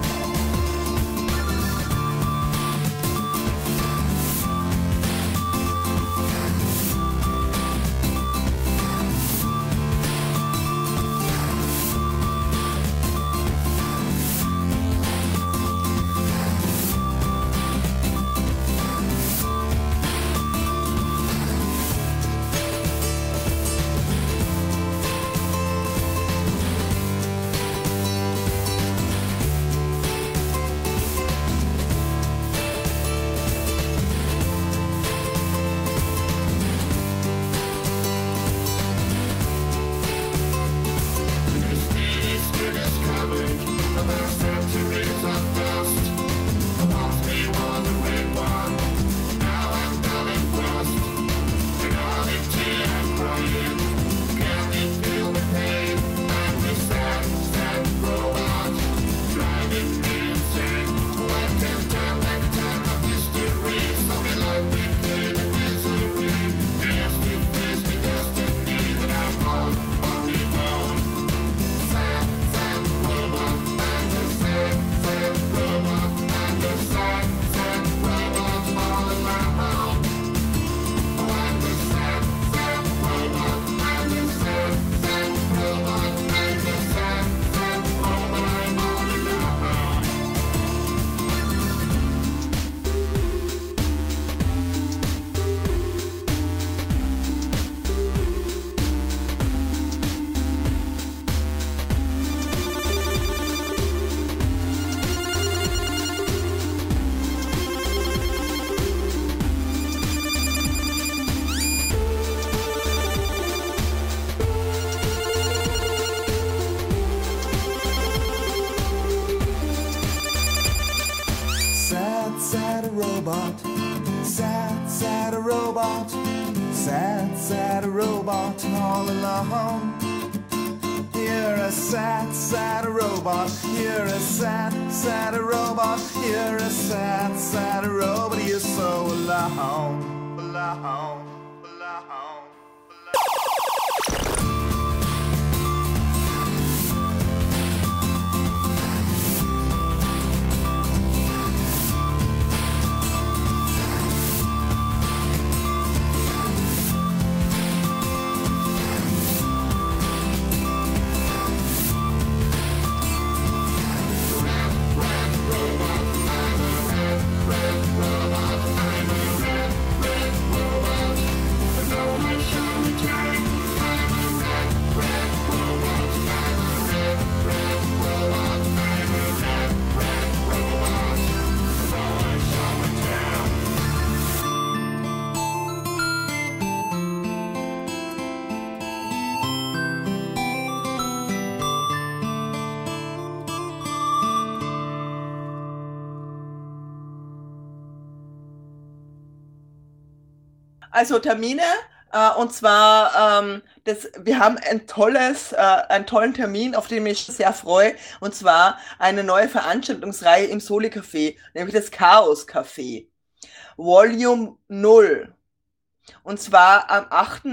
robot, sad, sad robot, sad, sad robot all alone. You're a sad, sad robot, you're a sad, sad robot, you're a sad, sad robot, you're so alone, alone, alone. Also Termine, und zwar, wir haben einen tollen Termin, auf den ich mich sehr freue, und zwar eine neue Veranstaltungsreihe im Soli Café, nämlich das Chaos Café, Volume 0. Und zwar am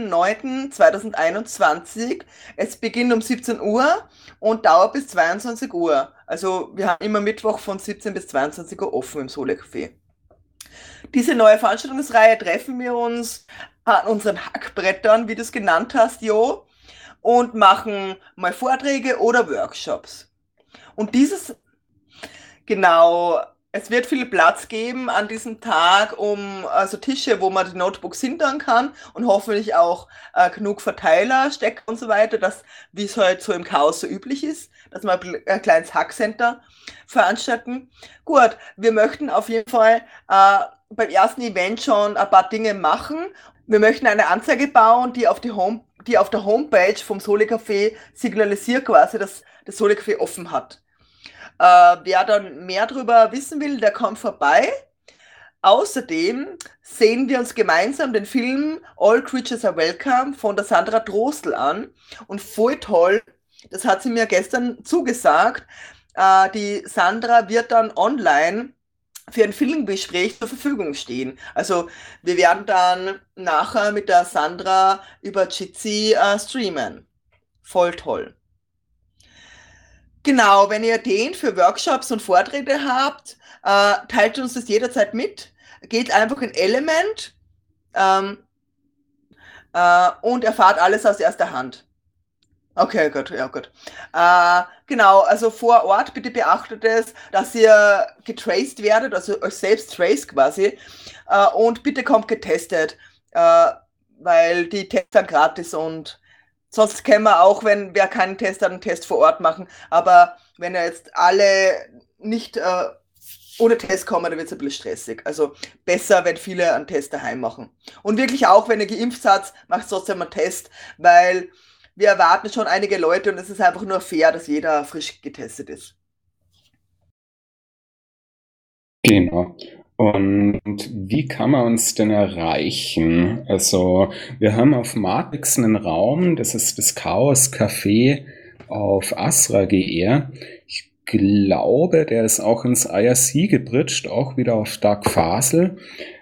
8.9.2021. Es beginnt um 17 Uhr und dauert bis 22 Uhr. Also wir haben immer Mittwoch von 17 bis 22 Uhr offen im Soli Café. Diese neue Veranstaltungsreihe treffen wir uns an unseren Hackbrettern, wie du es genannt hast, Jo, und machen mal Vorträge oder Workshops. Und Es wird viel Platz geben an diesem Tag, also Tische, wo man die Notebooks hintern kann und hoffentlich auch genug Verteiler, Stecker und so weiter, wie es halt so im Chaos so üblich ist, dass wir ein kleines Hackcenter veranstalten. Gut, wir möchten auf jeden Fall beim ersten Event schon ein paar Dinge machen. Wir möchten eine Anzeige bauen, die auf der Homepage vom Sole Café signalisiert quasi, dass das Sole Café offen hat. Wer dann mehr darüber wissen will, der kommt vorbei. Außerdem sehen wir uns gemeinsam den Film All Creatures Are Welcome von der Sandra Drostel an. Und voll toll, das hat sie mir gestern zugesagt. Die Sandra wird dann online für ein Filmgespräch zur Verfügung stehen. Also wir werden dann nachher mit der Sandra über Jitsi streamen. Voll toll. Genau, wenn ihr Ideen für Workshops und Vorträge habt, teilt uns das jederzeit mit. Geht einfach in Element und erfahrt alles aus erster Hand. Okay, gut, ja gut. Genau, also vor Ort bitte beachtet es, dass ihr getraced werdet, also euch selbst traced quasi. Und bitte kommt getestet, weil die Tests sind gratis und sonst können wir auch, wenn wer keinen Test hat, einen Test vor Ort machen. Aber wenn ihr jetzt alle nicht ohne Test kommen, dann wird es ein bisschen stressig. Also besser, wenn viele einen Test daheim machen. Und wirklich auch, wenn ihr geimpft seid, macht trotzdem einen Test, weil wir erwarten schon einige Leute und es ist einfach nur fair, dass jeder frisch getestet ist. Genau. Und wie kann man uns denn erreichen? Also wir haben auf Matrix einen Raum, das ist das Chaos Café auf Asra.gr. Ich glaube, der ist auch ins IRC gebridged, auch wieder auf Dark Fasel.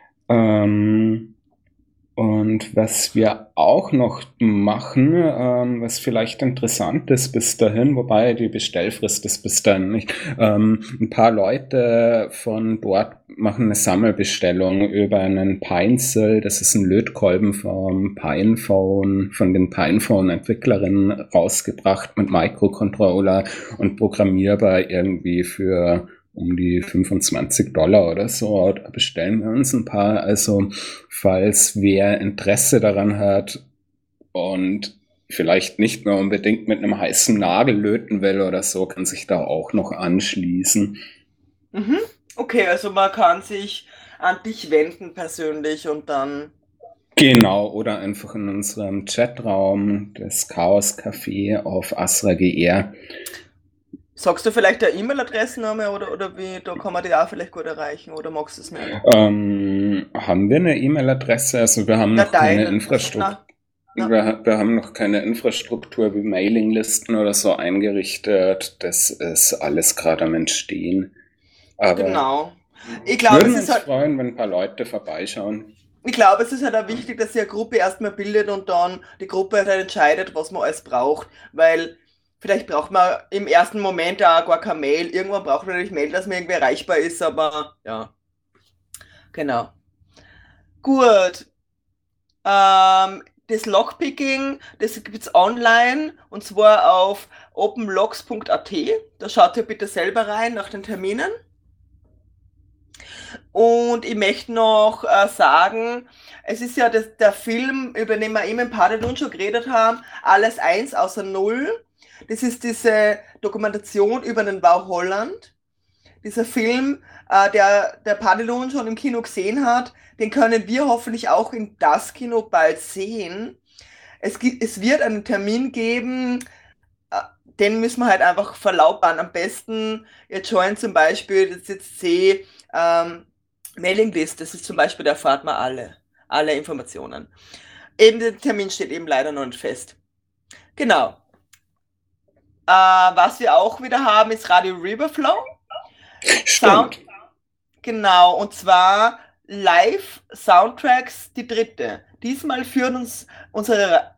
Und was wir auch noch machen, was vielleicht interessant ist bis dahin, wobei die Bestellfrist ist bis dahin nicht, ein paar Leute von dort machen eine Sammelbestellung über einen Pinesil, das ist ein Lötkolben vom Pinephone, von den Pinephone-Entwicklerinnen rausgebracht mit Microcontroller und programmierbar irgendwie für um die $25 oder so, da bestellen wir uns ein paar. Also falls wer Interesse daran hat und vielleicht nicht mehr unbedingt mit einem heißen Nagel löten will oder so, kann sich da auch noch anschließen. Mhm. Okay, also man kann sich an dich wenden persönlich und dann... Genau, oder einfach in unserem Chatraum des Chaos Café auf Asra.gr. Sagst du vielleicht eine E-Mail-Adressenname oder wie, da kann man die auch vielleicht gut erreichen oder magst du es nicht? Haben wir eine E-Mail-Adresse? Also wir haben noch keine Infrastruktur. Wir haben noch keine Infrastruktur wie Mailinglisten oder so eingerichtet. Das ist alles gerade am Entstehen. Aber genau. Ich glaube, würden uns freuen, wenn ein paar Leute vorbeischauen. Ich glaube, es ist halt auch wichtig, dass ihr eine Gruppe erstmal bildet und dann die Gruppe halt entscheidet, was man alles braucht, weil vielleicht braucht man im ersten Moment auch gar kein Mail. Irgendwann braucht man natürlich Mail, dass man irgendwie erreichbar ist, aber ja. Genau. Gut. Das Lockpicking, das gibt's online und zwar auf openlogs.at. Da schaut ihr bitte selber rein nach den Terminen. Und ich möchte noch sagen, es ist ja der Film, über den wir eben im Padelun schon geredet haben, Alles 1 außer 0. Das ist diese Dokumentation über den Bau Holland. Dieser Film, der Padelun schon im Kino gesehen hat, den können wir hoffentlich auch in das Kino bald sehen. Es wird einen Termin geben, den müssen wir halt einfach verlautbaren. Am besten, ihr joint zum Beispiel, das ist jetzt C, Mailinglist, das ist zum Beispiel, da erfahrt man alle Informationen. Eben der Termin steht eben leider noch nicht fest. Genau. Was wir auch wieder haben, ist Radio Riverflow. Stimmt. Genau, und zwar Live-Soundtracks, die 3. Diesmal führt uns unsere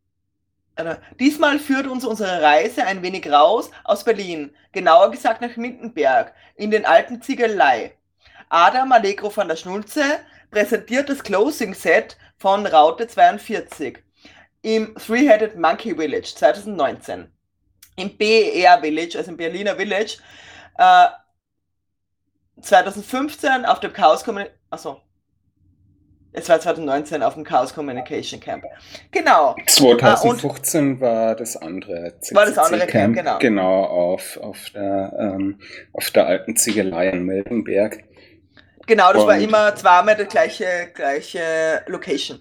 Reise ein wenig raus aus Berlin, genauer gesagt nach Mindenberg, in den alten Ziegelei. Adam Allegro von der Schnulze präsentiert das Closing Set von Raute 42 im Three-Headed Monkey Village 2019. Im BER Village, also im Berliner Village, 2015 auf dem Chaos Communication. Achso. Es war 2019 auf dem Chaos Communication Camp. Genau. 2015 war das andere CCC war das andere Camp, genau. Genau, auf der alten Ziegelei in Miltenberg. Genau, das war immer zweimal die gleiche Location.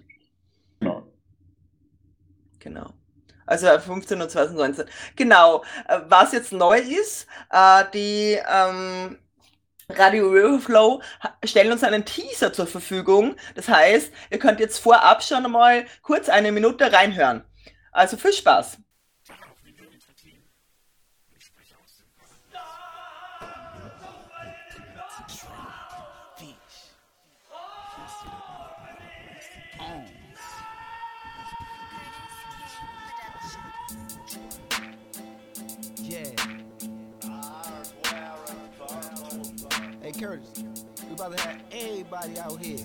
Genau. Also 15 und 2019. Genau. Was jetzt neu ist, die Radio Riverflow stellen uns einen Teaser zur Verfügung. Das heißt, ihr könnt jetzt vorab schon einmal kurz 1 Minute reinhören. Also viel Spaß. Hey Curtis, we about to have everybody out here.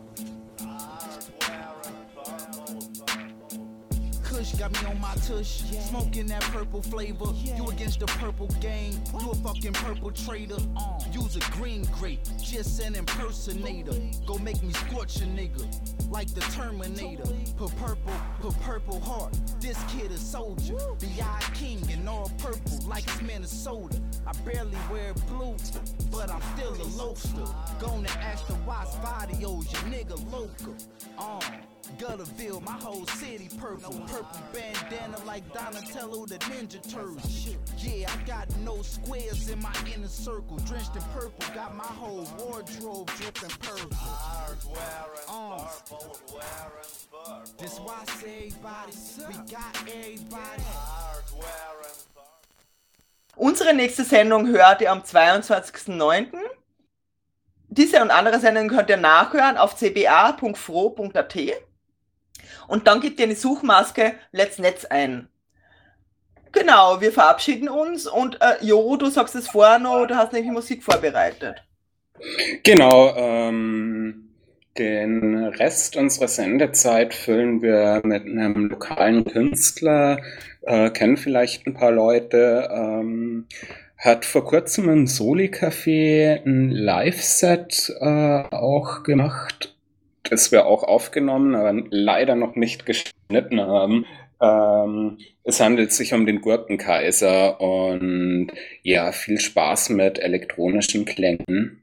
Kush got me on my tush, smoking that purple flavor. You against the purple gang, you a fucking purple trader. Use a green grape, just an impersonator. Go make me scorch a nigga, like the Terminator. Put purple heart, this kid a soldier. B.I. King in all purple, like it's Minnesota. I barely wear blue, but I'm still a loaster. Gonna ask the Watts Vadios, your nigga local. Gutterville, my whole city purple. Purple bandana like Donatello the Ninja Turtle. Yeah, I got no squares in my inner circle. Drenched in purple, got my whole wardrobe dripping purple. This why I say everybody, we got everybody. Unsere nächste Sendung hört ihr am 22.09. Diese und andere Sendungen könnt ihr nachhören auf cba.fro.at und dann gebt ihr in die Suchmaske Let's Netz ein. Genau, wir verabschieden uns und Jo, du sagst es vorher noch, du hast nämlich Musik vorbereitet. Genau, den Rest unserer Sendezeit füllen wir mit einem lokalen Künstler, kennen vielleicht ein paar Leute, hat vor kurzem im Soli-Café ein Live-Set auch gemacht, das wir auch aufgenommen, aber leider noch nicht geschnitten haben. Es handelt sich um den Gurkenkaiser und ja, viel Spaß mit elektronischen Klängen.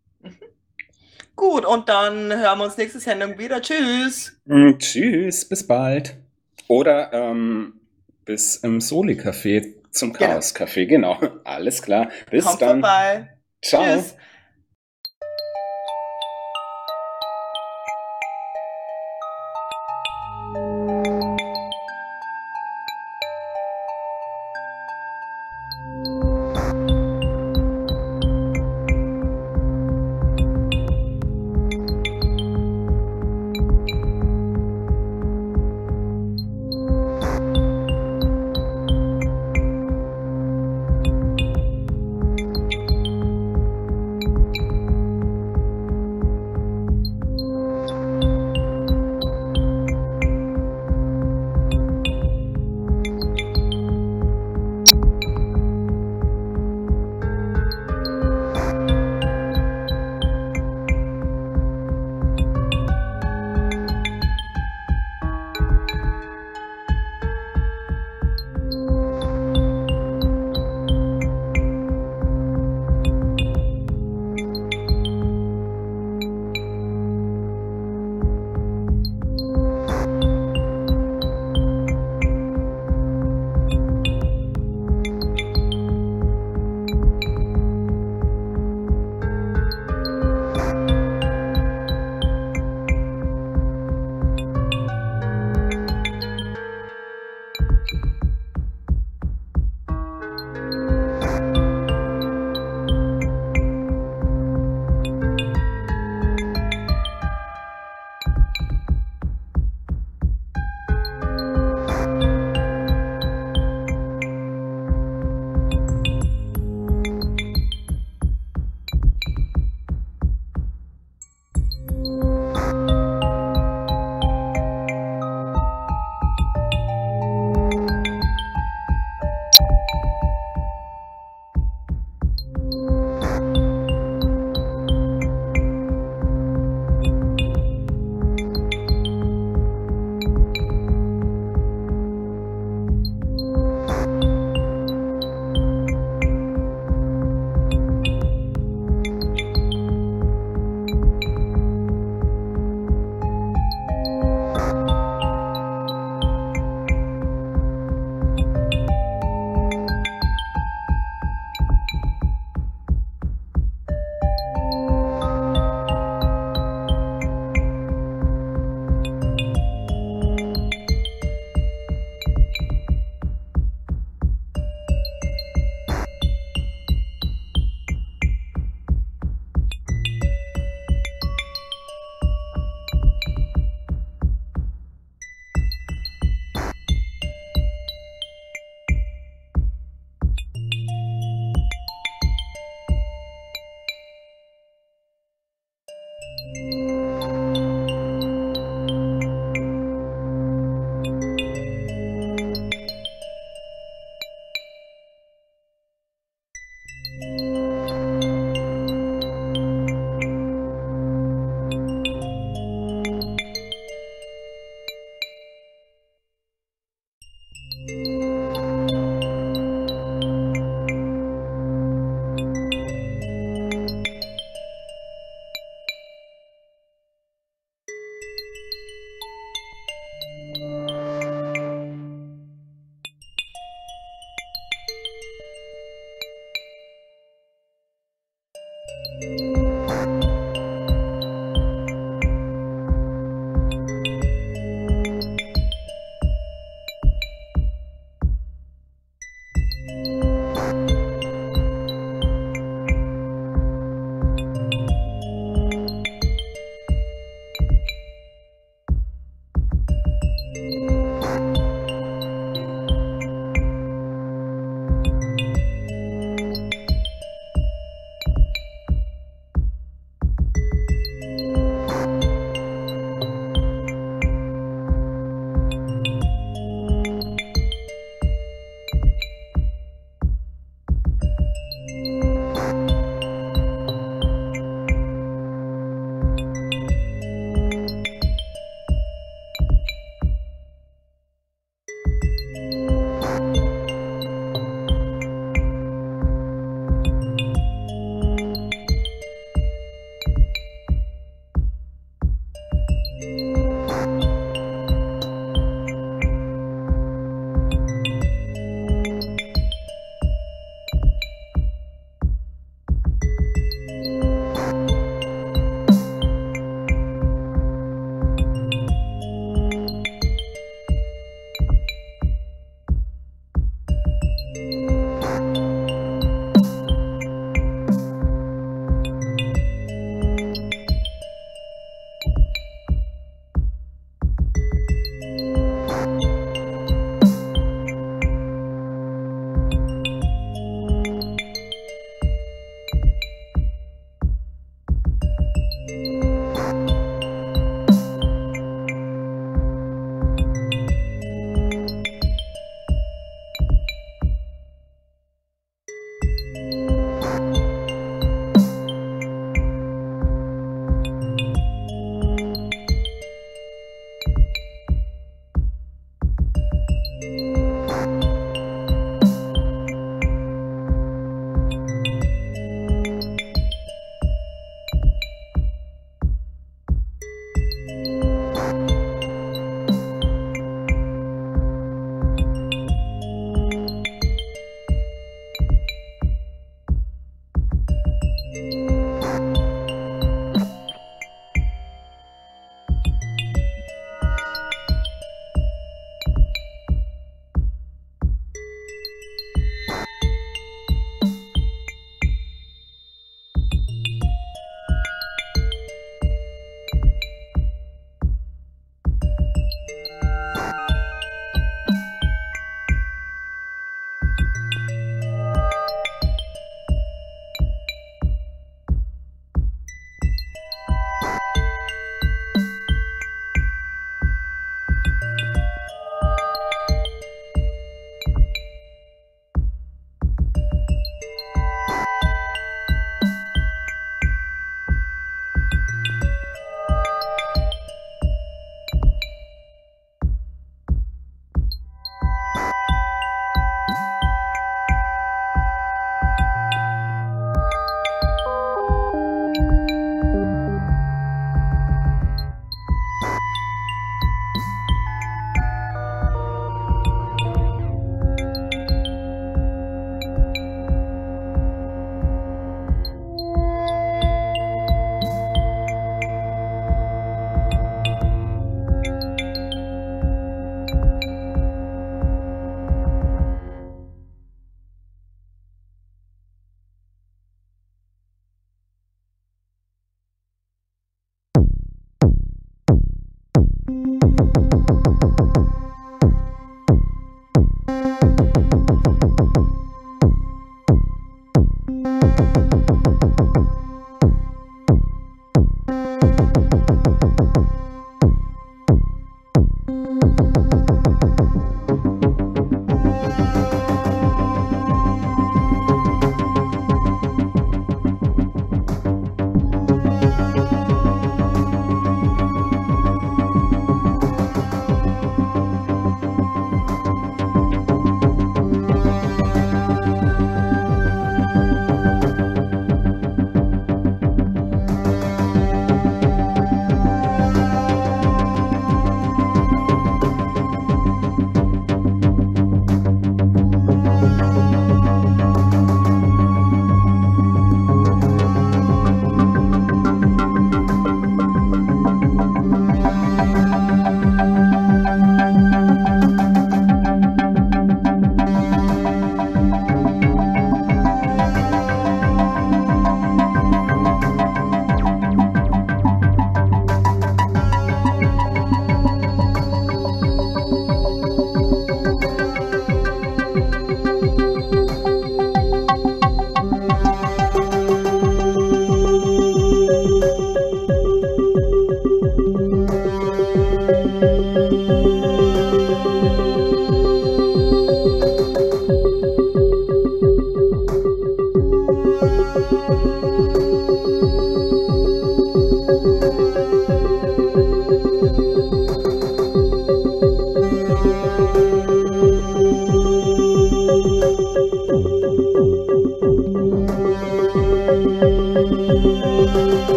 Gut, und dann hören wir uns nächste Sendung wieder. Tschüss. Tschüss, bis bald. Oder bis im Soli-Café zum Chaos-Café, genau. Alles klar. Bis Kommt dann. vorbei. Ciao. Tschüss.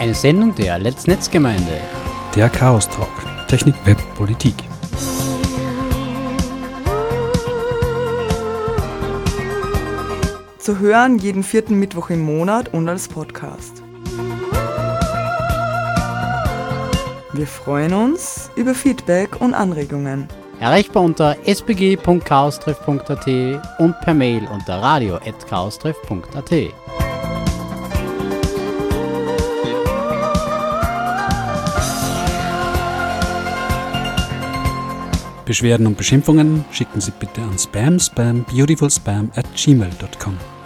Eine Sendung der Let's Netzgemeinde. Der Chaos Talk. Technik, Web, Politik. Zu hören jeden 4. Mittwoch im Monat und als Podcast. Wir freuen uns über Feedback und Anregungen. Erreichbar unter sbg.chaostreff.at und per Mail unter radio@chaostreff.at. Beschwerden und Beschimpfungen schicken Sie bitte an spambeautifulspam@gmail.com.